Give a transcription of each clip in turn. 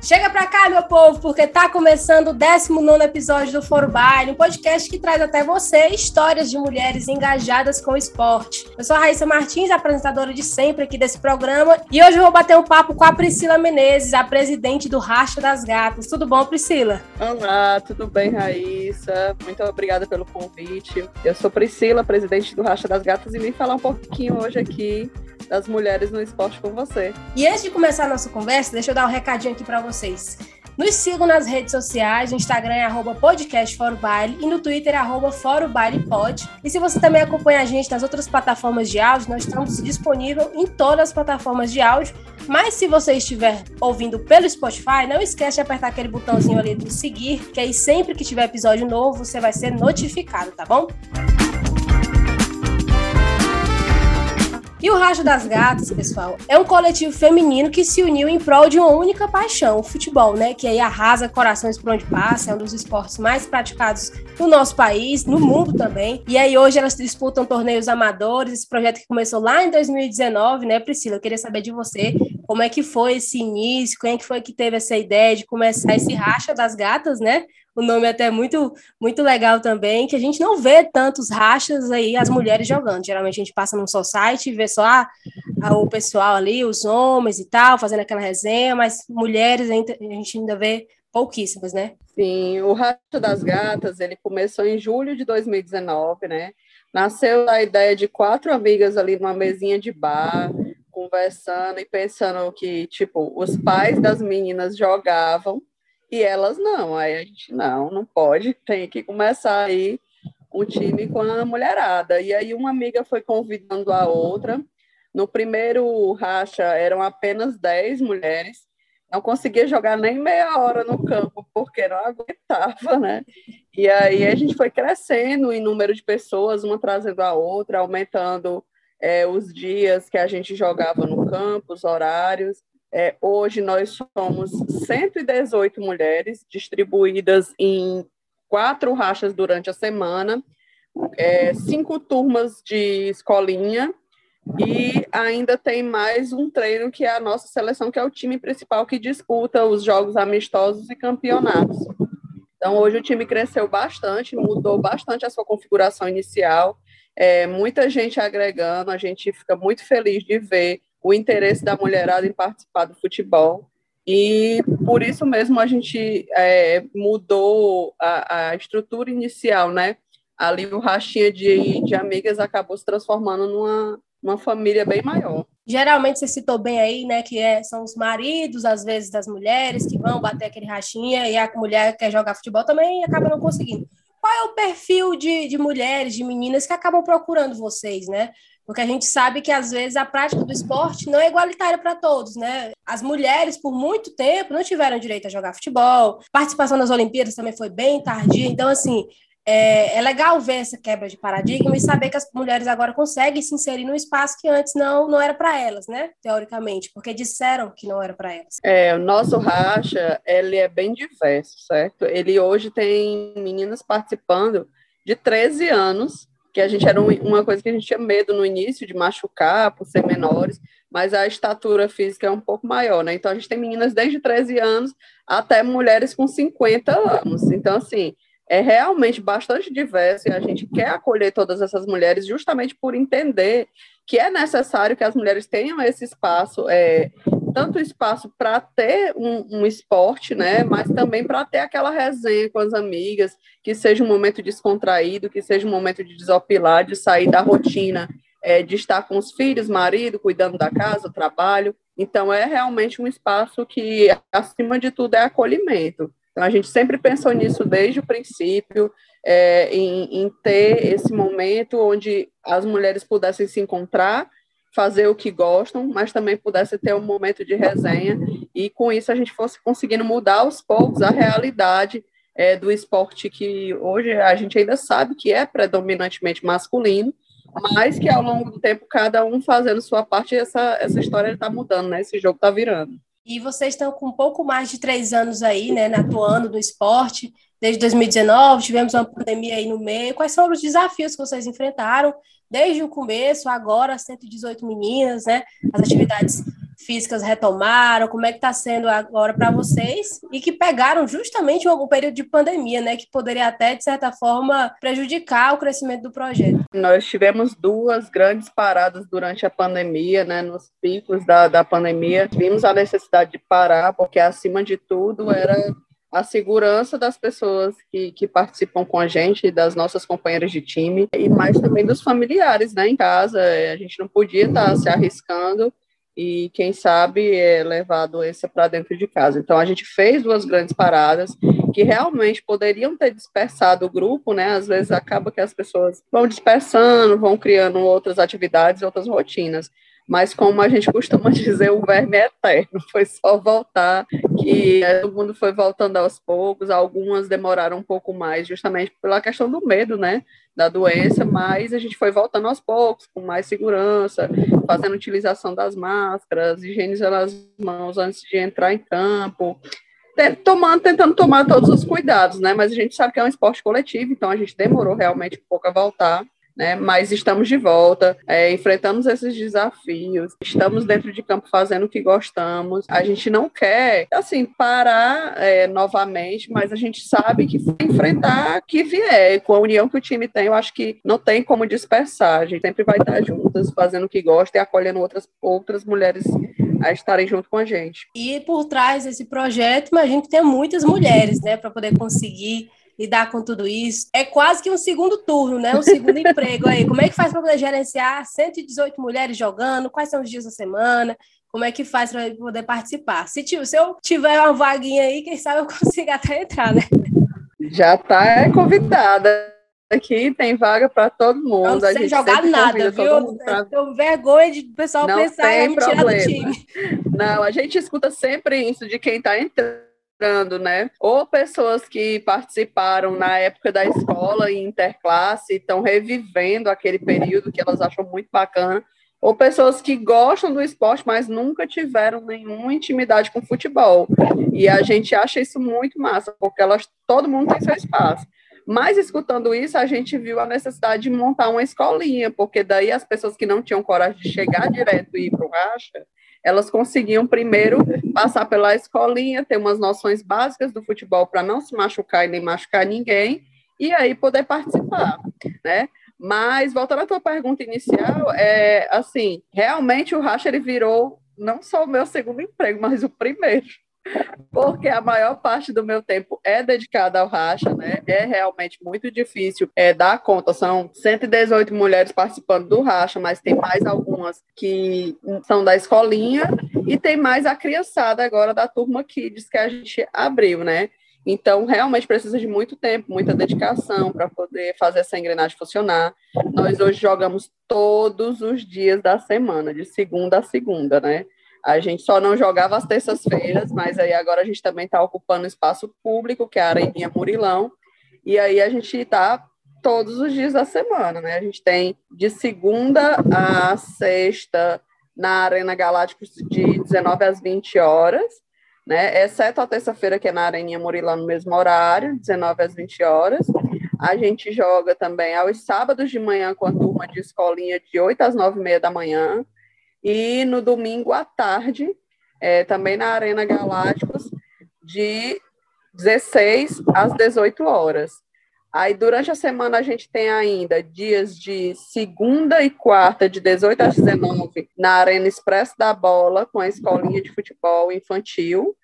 Chega pra cá, meu povo, porque tá começando o 19º episódio do Foro Baile, um podcast que traz até você histórias de mulheres engajadas com o esporte. Eu sou a Raíssa Martins, apresentadora de sempre aqui desse programa, e hoje eu vou bater um papo com a Priscila Menezes, a presidente do Racha das Gatas. Tudo bom, Priscila? Olá, tudo bem, Raíssa? Muito obrigada pelo convite. Eu sou Priscila, presidente do Racha das Gatas, e vim falar um pouquinho hoje aqui das mulheres no esporte com você. E antes de começar a nossa conversa, deixa eu dar um recadinho aqui para vocês. Nos sigam nas redes sociais, no Instagram é @podcastforobaile e no Twitter é @forobailepod. E se você também acompanha a gente nas outras plataformas de áudio, nós estamos disponíveis em todas as plataformas de áudio. Mas se você estiver ouvindo pelo Spotify, não esquece de apertar aquele botãozinho ali do seguir, que aí sempre que tiver episódio novo, você vai ser notificado, tá bom? E o Racha das Gatas, pessoal, é um coletivo feminino que se uniu em prol de uma única paixão, o futebol, né? Que aí arrasa corações por onde passa, é um dos esportes mais praticados no nosso país, no mundo também. E aí hoje elas disputam torneios amadores, esse projeto que começou lá em 2019, né, Priscila? Eu queria saber de você como é que foi esse início, quem é que foi que teve essa ideia de começar esse Racha das Gatas, né? O nome é até muito legal também, que a gente não vê tantos rachas aí, as mulheres jogando. Geralmente a gente passa num site e vê só o pessoal ali, os homens e tal, fazendo aquela resenha, mas mulheres a gente ainda vê pouquíssimas, né? Sim, o Racha das Gatas, ele começou em julho de 2019, né? Nasceu a ideia de 4 amigas ali numa mesinha de bar, conversando e pensando que, tipo, os pais das meninas jogavam, e elas não, aí a gente não pode, tem que começar aí um time com a mulherada. E aí uma amiga foi convidando a outra. No primeiro racha eram apenas 10 mulheres, não conseguia jogar nem meia hora no campo, porque não aguentava, né? E aí a gente foi crescendo em número de pessoas, uma trazendo a outra, aumentando os dias que a gente jogava no campo, os horários. Hoje nós somos 118 mulheres distribuídas em 4 rachas durante a semana, 5 turmas de escolinha e ainda tem mais um treino que é a nossa seleção, que é o time principal que disputa os jogos amistosos e campeonatos. Então hoje o time cresceu bastante, mudou bastante a sua configuração inicial, muita gente agregando, a gente fica muito feliz de ver o interesse da mulherada em participar do futebol, e por isso mesmo a gente mudou a estrutura inicial, né? Ali o rachinha de amigas acabou se transformando numa família bem maior. Geralmente você citou bem aí, né, que são os maridos, às vezes, das mulheres que vão bater aquele rachinha, e a mulher que quer jogar futebol também acaba não conseguindo. Qual é o perfil de mulheres, de meninas que acabam procurando vocês, né? Porque a gente sabe que, às vezes, a prática do esporte não é igualitária para todos, né? As mulheres, por muito tempo, não tiveram direito a jogar futebol. A participação das Olimpíadas também foi bem tardia. Então, assim, é legal ver essa quebra de paradigma e saber que as mulheres agora conseguem se inserir num espaço que antes não era para elas, né? Teoricamente, porque disseram que não era para elas. O nosso racha, ele é bem diverso, certo? Ele hoje tem meninas participando de 13 anos, que a gente era uma coisa que a gente tinha medo no início de machucar por ser menores, mas a estatura física é um pouco maior, né? Então a gente tem meninas desde 13 anos até mulheres com 50 anos. Então, assim, é realmente bastante diverso, e a gente quer acolher todas essas mulheres justamente por entender que é necessário que as mulheres tenham esse espaço, tanto espaço para ter um esporte, né, mas também para ter aquela resenha com as amigas, que seja um momento descontraído, que seja um momento de desopilar, de sair da rotina, de estar com os filhos, marido, cuidando da casa, trabalho. Então, é realmente um espaço que, acima de tudo, é acolhimento. Então, a gente sempre pensou nisso desde o princípio, em ter esse momento onde as mulheres pudessem se encontrar, fazer o que gostam, mas também pudesse ter um momento de resenha, e com isso a gente fosse conseguindo mudar aos poucos a realidade do esporte, que hoje a gente ainda sabe que é predominantemente masculino, mas que ao longo do tempo, cada um fazendo sua parte, essa história está mudando, né? Esse jogo está virando. E vocês estão com um pouco mais de 3 anos aí, né, atuando no esporte, desde 2019, tivemos uma pandemia aí no meio. Quais foram os desafios que vocês enfrentaram desde o começo, agora 118 meninas, né? As atividades físicas retomaram? Como é que está sendo agora para vocês? E que pegaram justamente um período de pandemia, né? Que poderia até, de certa forma, prejudicar o crescimento do projeto. Nós tivemos 2 grandes paradas durante a pandemia, né? Nos picos da pandemia. Vimos a necessidade de parar, porque, acima de tudo, era a segurança das pessoas que participam com a gente, das nossas companheiras de time, e mais também dos familiares, né, em casa. A gente não podia estar se arriscando e, quem sabe, levar a doença para dentro de casa. Então, a gente fez 2 grandes paradas que realmente poderiam ter dispersado o grupo, né? Às vezes acaba que as pessoas vão dispersando, vão criando outras atividades, outras rotinas. Mas, como a gente costuma dizer, o verme é eterno, foi só voltar, que todo mundo foi voltando aos poucos, algumas demoraram um pouco mais, justamente pela questão do medo, né, da doença, mas a gente foi voltando aos poucos, com mais segurança, fazendo utilização das máscaras, higienizando as mãos antes de entrar em campo, tentando tomar todos os cuidados, né, mas a gente sabe que é um esporte coletivo, então a gente demorou realmente um pouco a voltar, né, mas estamos de volta, enfrentamos esses desafios, estamos dentro de campo fazendo o que gostamos. A gente não quer, assim, parar novamente, mas a gente sabe que vai enfrentar o que vier. Com a união que o time tem, eu acho que não tem como dispersar. A gente sempre vai estar juntas, fazendo o que gosta e acolhendo outras mulheres a estarem junto com a gente. E por trás desse projeto, imagino que tem muitas mulheres, né, para poder conseguir lidar com tudo isso. É quase que um segundo turno, né? Um segundo emprego aí. Como é que faz para poder gerenciar 118 mulheres jogando? Quais são os dias da semana? Como é que faz para poder participar? Se eu tiver uma vaguinha aí, quem sabe eu consigo até entrar, né? Já está convidada. Aqui tem vaga para todo mundo. Não sei jogar nada, viu? Tô vergonha de o pessoal não pensar em me tirar do time. Não, a gente escuta sempre isso de quem está entrando, né? Ou pessoas que participaram na época da escola e interclasse, estão revivendo aquele período que elas acham muito bacana, ou pessoas que gostam do esporte, mas nunca tiveram nenhuma intimidade com futebol. E a gente acha isso muito massa, porque todo mundo tem seu espaço. Mas, escutando isso, a gente viu a necessidade de montar uma escolinha, porque daí as pessoas que não tinham coragem de chegar direto e ir para o racha, elas conseguiam primeiro passar pela escolinha, ter umas noções básicas do futebol para não se machucar e nem machucar ninguém, e aí poder participar, né? Mas, voltando à tua pergunta inicial, assim, realmente o racha ele virou não só o meu segundo emprego, mas o primeiro. Porque a maior parte do meu tempo é dedicada ao racha, né? É realmente muito difícil dar conta. São 118 mulheres participando do racha, mas tem mais algumas que são da escolinha e tem mais a criançada agora da turma Kids que a gente abriu, né? Então, realmente precisa de muito tempo, muita dedicação para poder fazer essa engrenagem funcionar. Nós hoje jogamos todos os dias da semana, de segunda a segunda, né? A gente só não jogava às terças-feiras, mas aí agora a gente também está ocupando espaço público, que é a Areninha Murilão, e aí a gente está todos os dias da semana, né? A gente tem de segunda a sexta na Arena Galácticos de 19 às 20 horas, né? Exceto a terça-feira, que é na Areninha Murilão, no mesmo horário, 19 às 20 horas. A gente joga também aos sábados de manhã com a turma de escolinha de 8 às 9h30 da manhã, e no domingo à tarde, também na Arena Galácticos, de 16 às 18 horas. Aí, durante a semana, a gente tem ainda dias de segunda e quarta, de 18 às 19, na Arena Expresso da Bola, com a escolinha de futebol infantil,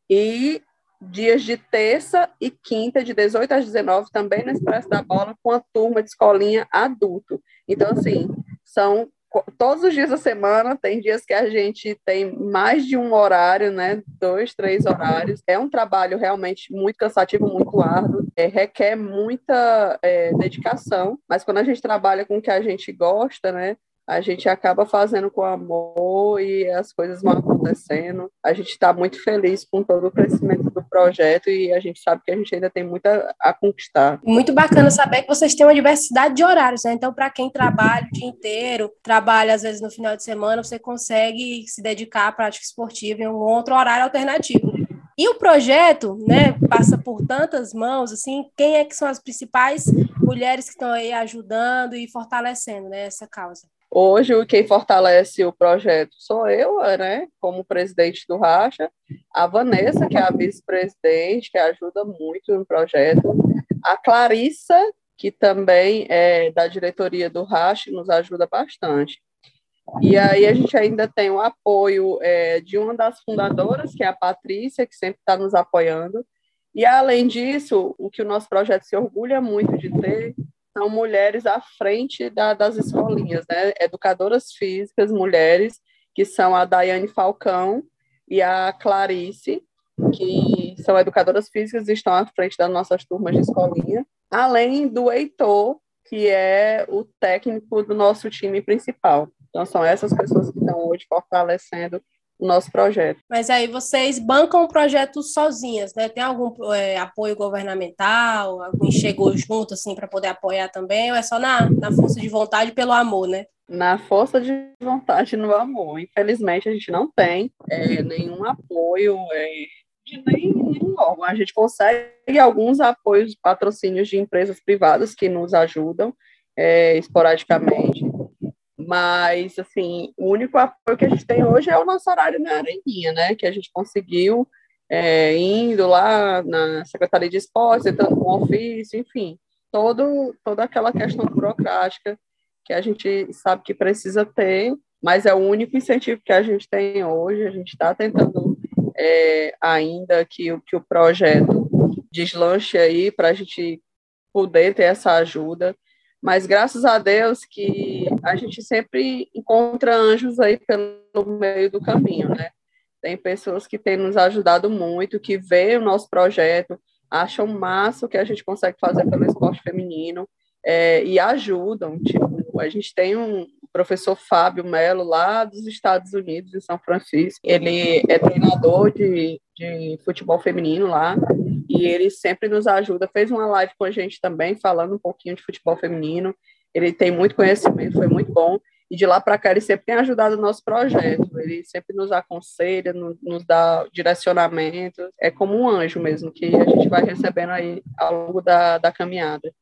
e dias de terça e quinta, de 18 às 19, também no Expresso da Bola, com a turma de escolinha adulto. Então, assim, são todos os dias da semana, tem dias que a gente tem mais de um horário, né? 2, 3 horários. É um trabalho realmente muito cansativo, muito árduo, requer muita dedicação, mas quando a gente trabalha com o que a gente gosta, né? A gente acaba fazendo com amor e as coisas vão acontecendo. A gente está muito feliz com todo o crescimento do projeto e a gente sabe que a gente ainda tem muito a conquistar. Muito bacana saber que vocês têm uma diversidade de horários, né? Então, para quem trabalha o dia inteiro, trabalha às vezes no final de semana, você consegue se dedicar à prática esportiva em um outro horário alternativo. E o projeto, né, passa por tantas mãos, assim, quem é que são as principais mulheres que estão aí ajudando e fortalecendo, né, essa causa? Hoje, quem fortalece o projeto sou eu, né, como presidente do Racha, a Vanessa, que é a vice-presidente, que ajuda muito no projeto, a Clarissa, que também é da diretoria do Racha, nos ajuda bastante. E aí a gente ainda tem o apoio de uma das fundadoras, que é a Patrícia, que sempre está nos apoiando. E, além disso, o que o nosso projeto se orgulha muito de ter são mulheres à frente das escolinhas, né? Educadoras físicas, mulheres, que são a Daiane Falcão e a Clarice, que são educadoras físicas e estão à frente das nossas turmas de escolinha, além do Heitor, que é o técnico do nosso time principal. Então, são essas pessoas que estão hoje fortalecendo o nosso projeto. Mas aí vocês bancam o projeto sozinhas, né? Tem algum apoio governamental? Alguém chegou junto, assim, para poder apoiar também? Ou é só na força de vontade pelo amor, né? Na força de vontade e no amor. Infelizmente, a gente não tem nenhum apoio de nenhum órgão. A gente consegue alguns apoios, patrocínios de empresas privadas que nos ajudam esporadicamente, mas, assim, o único apoio que a gente tem hoje é o nosso horário na Areninha, né? Que a gente conseguiu indo lá na Secretaria de Esportes, entrando com ofício, enfim, toda aquela questão burocrática que a gente sabe que precisa ter, mas é o único incentivo que a gente tem hoje. A gente está tentando ainda que o projeto deslanche aí para a gente poder ter essa ajuda. Mas graças a Deus que a gente sempre encontra anjos aí pelo meio do caminho, né? Tem pessoas que têm nos ajudado muito, que veem o nosso projeto, acham massa o que a gente consegue fazer pelo esporte feminino e ajudam. Tipo, a gente tem um professor Fábio Melo, lá dos Estados Unidos, em São Francisco. Ele é treinador de futebol feminino lá, e ele sempre nos ajuda. Fez uma live com a gente também, falando um pouquinho de futebol feminino. Ele tem muito conhecimento, foi muito bom. E de lá para cá ele sempre tem ajudado o nosso projeto. Ele sempre nos aconselha, nos dá direcionamento. É como um anjo mesmo, que a gente vai recebendo aí ao longo da caminhada.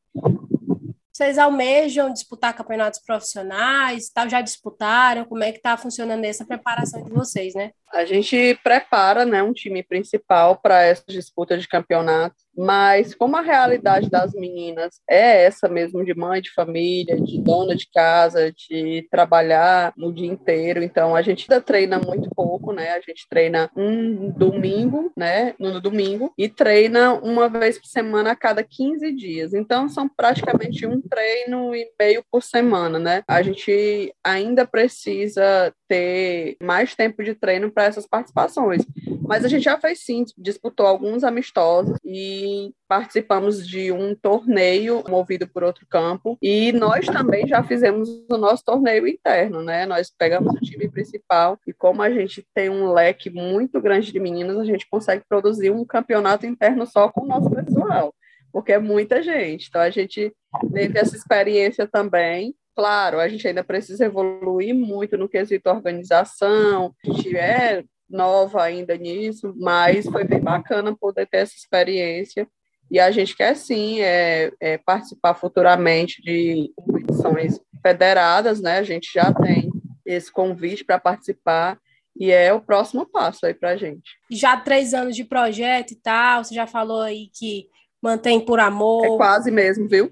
Vocês almejam disputar campeonatos profissionais? Tal, já disputaram? Como é que está funcionando essa preparação de vocês, né? A gente prepara, né, um time principal para essa disputa de campeonato, mas como a realidade das meninas é essa mesmo, de mãe de família, de dona de casa, de trabalhar no dia inteiro, então a gente ainda treina muito pouco, né? A gente treina um domingo, né, no domingo, e treina uma vez por semana a cada 15 dias. Então são praticamente um treino e meio por semana, né? A gente ainda precisa ter mais tempo de treino para essas participações. Mas a gente já fez sim, disputou alguns amistosos e participamos de um torneio movido por outro campo, e nós também já fizemos o nosso torneio interno, né? Nós pegamos o time principal e, como a gente tem um leque muito grande de meninas, a gente consegue produzir um campeonato interno só com o nosso pessoal, porque é muita gente. Então a gente teve essa experiência também. Claro, a gente ainda precisa evoluir muito no quesito organização, a gente é nova ainda nisso, mas foi bem bacana poder ter essa experiência, e a gente quer sim participar futuramente de competições federadas, né? A gente já tem esse convite para participar, e é o próximo passo aí para a gente. Já 3 anos de projeto e tal, você já falou aí que mantém por amor. É quase mesmo, viu?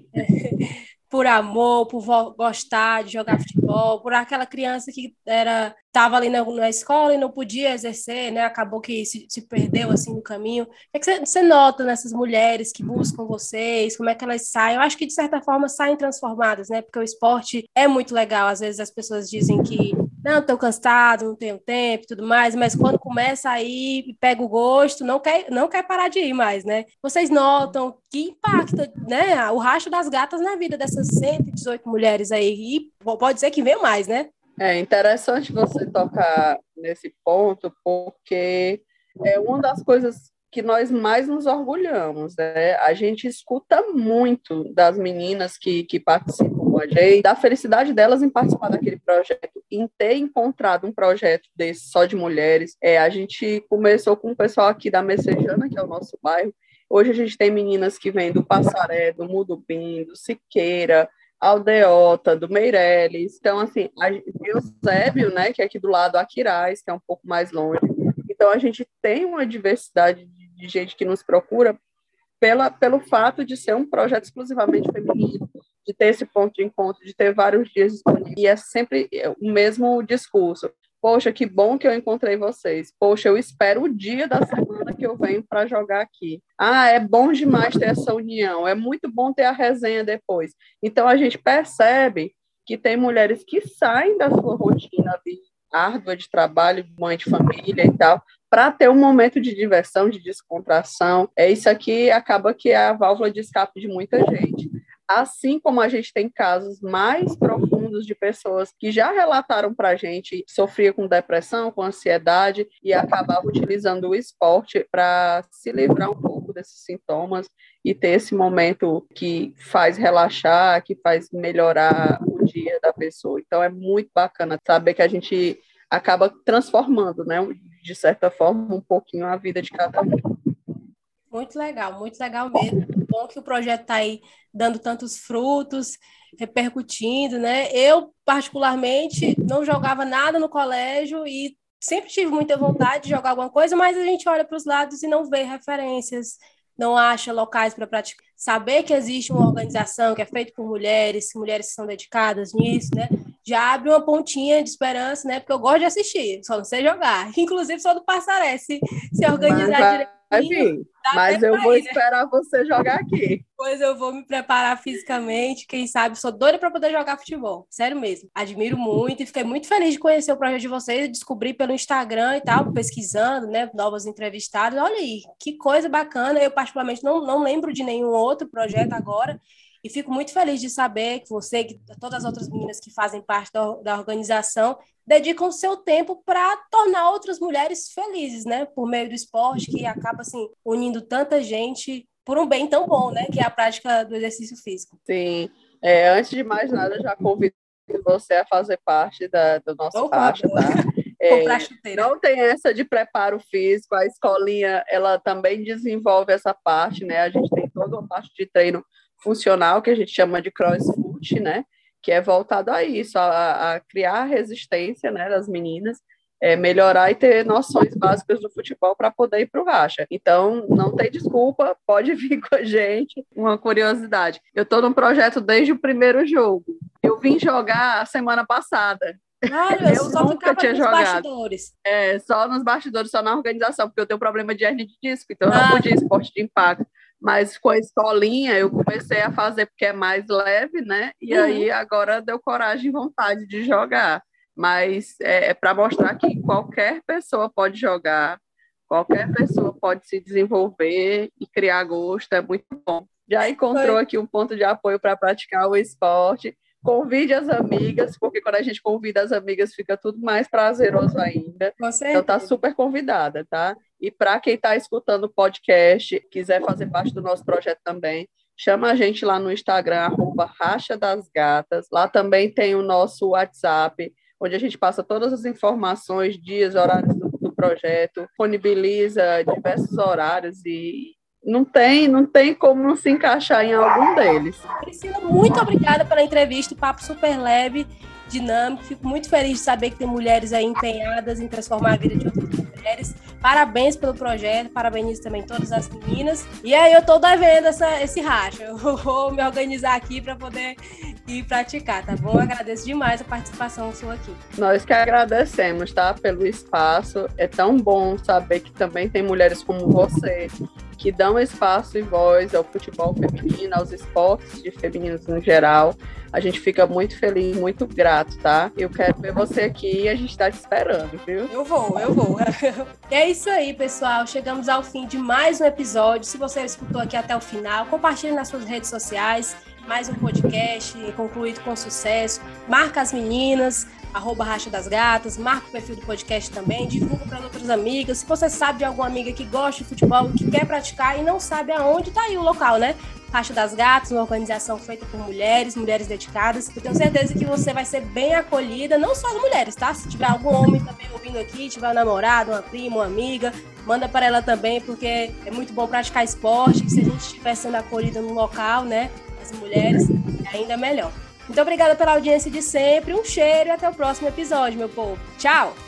Por amor, por gostar de jogar futebol, por aquela criança que estava ali na escola e não podia exercer, né? Acabou que se perdeu assim no caminho. O que é que você nota nessas mulheres que buscam vocês? Como é que elas saem? Eu acho que, de certa forma, saem transformadas, né? Porque o esporte é muito legal. Às vezes as pessoas dizem que não, estou cansado, não tenho tempo e tudo mais, mas quando começa aí e pega o gosto, não quer parar de ir mais, né? Vocês notam que impacta, né, o Racha das Gatas na vida dessas 118 mulheres aí, e pode dizer que vem mais, né? É interessante você tocar nesse ponto, porque é uma das coisas que nós mais nos orgulhamos, né? A gente escuta muito das meninas que participam com a gente, da felicidade delas em participar daquele projeto, em ter encontrado um projeto desse só de mulheres. A gente começou com o pessoal aqui da Messejana, que é o nosso bairro. Hoje a gente tem meninas que vêm do Passaré, do Mudupim, do Siqueira, Aldeota, do Meireles. Então, assim, Eusébio, né, que é aqui do lado, Aquiraz, que é um pouco mais longe. Então, a gente tem uma diversidade de gente que nos procura pelo fato de ser um projeto exclusivamente feminino, de ter esse ponto de encontro, de ter vários dias disponíveis. E é sempre o mesmo discurso. Poxa, que bom que eu encontrei vocês. Poxa, eu espero o dia da semana que eu venho para jogar aqui. Ah, é bom demais ter essa união. É muito bom ter a resenha depois. Então, a gente percebe que tem mulheres que saem da sua rotina árdua de trabalho, de mãe de família e tal, para ter um momento de diversão, de descontração. Isso aqui acaba que é a válvula de escape de muita gente. Assim como a gente tem casos mais profundos de pessoas que já relataram para a gente que sofria com depressão, com ansiedade e acabavam utilizando o esporte para se livrar um pouco desses sintomas e ter esse momento que faz relaxar, que faz melhorar o dia da pessoa. Então é muito bacana saber que a gente acaba transformando, né, de certa forma, um pouquinho a vida de cada um. Muito legal mesmo. Bom que o projeto está aí dando tantos frutos, repercutindo, né? Eu, particularmente, não jogava nada no colégio e sempre tive muita vontade de jogar alguma coisa, mas a gente olha para os lados e não vê referências, não acha locais para praticar. Saber que existe uma organização que é feita por mulheres que são dedicadas nisso, né? Já abre uma pontinha de esperança, né? Porque eu gosto de assistir, só não sei jogar. Inclusive, só do Passaré, se organizar direitinho. Mas eu vou esperar você jogar aqui. Pois eu vou me preparar fisicamente, quem sabe, sou doida para poder jogar futebol, sério mesmo. Admiro muito e fiquei muito feliz de conhecer o projeto de vocês, descobri pelo Instagram e tal, pesquisando, né, novas entrevistadas. Olha aí, que coisa bacana. Eu particularmente não lembro de nenhum outro projeto agora e fico muito feliz de saber que você, que todas as outras meninas que fazem parte da organização, dedicam seu tempo para tornar outras mulheres felizes, né? Por meio do esporte, que acaba, assim, unindo tanta gente por um bem tão bom, né? Que é a prática do exercício físico. Sim. Antes de mais nada, já convido você a fazer parte do nosso racha, tá? Comprar chuteira. Não tem essa de preparo físico, a escolinha, ela também desenvolve essa parte, né? A gente tem toda uma parte de treino funcional, que a gente chama de crossfit, né? Que é voltado a isso, a criar resistência, né, das meninas, melhorar e ter noções básicas do futebol para poder ir para o racha. Então, não tem desculpa, pode vir com a gente. Uma curiosidade, eu estou num projeto desde o primeiro jogo. Eu vim jogar a semana passada. Eu só nunca tinha jogado. Bastidores. Só nos bastidores, só na organização, porque eu tenho problema de hernia de disco, então eu não podia esporte de impacto. Mas com a escolinha eu comecei a fazer porque é mais leve, né? E aí agora deu coragem e vontade de jogar. Mas é para mostrar que qualquer pessoa pode jogar, qualquer pessoa pode se desenvolver e criar gosto, é muito bom. Já encontrou aqui um ponto de apoio para praticar o esporte. Convide as amigas, porque quando a gente convida as amigas fica tudo mais prazeroso ainda. Então tá super convidada, tá? E para quem está escutando o podcast, quiser fazer parte do nosso projeto também, chama a gente lá no Instagram, @RachaDasGatas. Lá também tem o nosso WhatsApp, onde a gente passa todas as informações, dias, horários do projeto, disponibiliza diversos horários e não tem como não se encaixar em algum deles. Priscila, muito obrigada pela entrevista, papo super leve, dinâmico. Fico muito feliz de saber que tem mulheres aí empenhadas em transformar a vida de outras mulheres. Parabéns pelo projeto, parabenizo também todas as meninas. E aí eu tô devendo esse racha. Eu vou me organizar aqui para poder ir praticar, tá bom? Agradeço demais a participação sua aqui. Nós que agradecemos, tá? Pelo espaço. É tão bom saber que também tem mulheres como você que dão espaço e voz ao futebol feminino, aos esportes de femininos no geral. A gente fica muito feliz, muito grato, tá? Eu quero ver você aqui e a gente tá te esperando, viu? Eu vou. E é isso aí, pessoal. Chegamos ao fim de mais um episódio. Se você escutou aqui até o final, compartilhe nas suas redes sociais. Mais um podcast concluído com sucesso. Marca as meninas, @RachaDasGatas, marca o perfil do podcast também, divulga para outras amigas. Se você sabe de alguma amiga que gosta de futebol, que quer praticar e não sabe aonde, tá aí o local, né? Racha das Gatas, uma organização feita por mulheres dedicadas. Eu tenho certeza que você vai ser bem acolhida, não só as mulheres, tá? Se tiver algum homem também ouvindo aqui, tiver um namorado, uma prima, uma amiga, manda para ela também, porque é muito bom praticar esporte. E se a gente estiver sendo acolhida no local, né? As mulheres, é ainda melhor. Muito obrigada pela audiência de sempre, um cheiro e até o próximo episódio, meu povo. Tchau!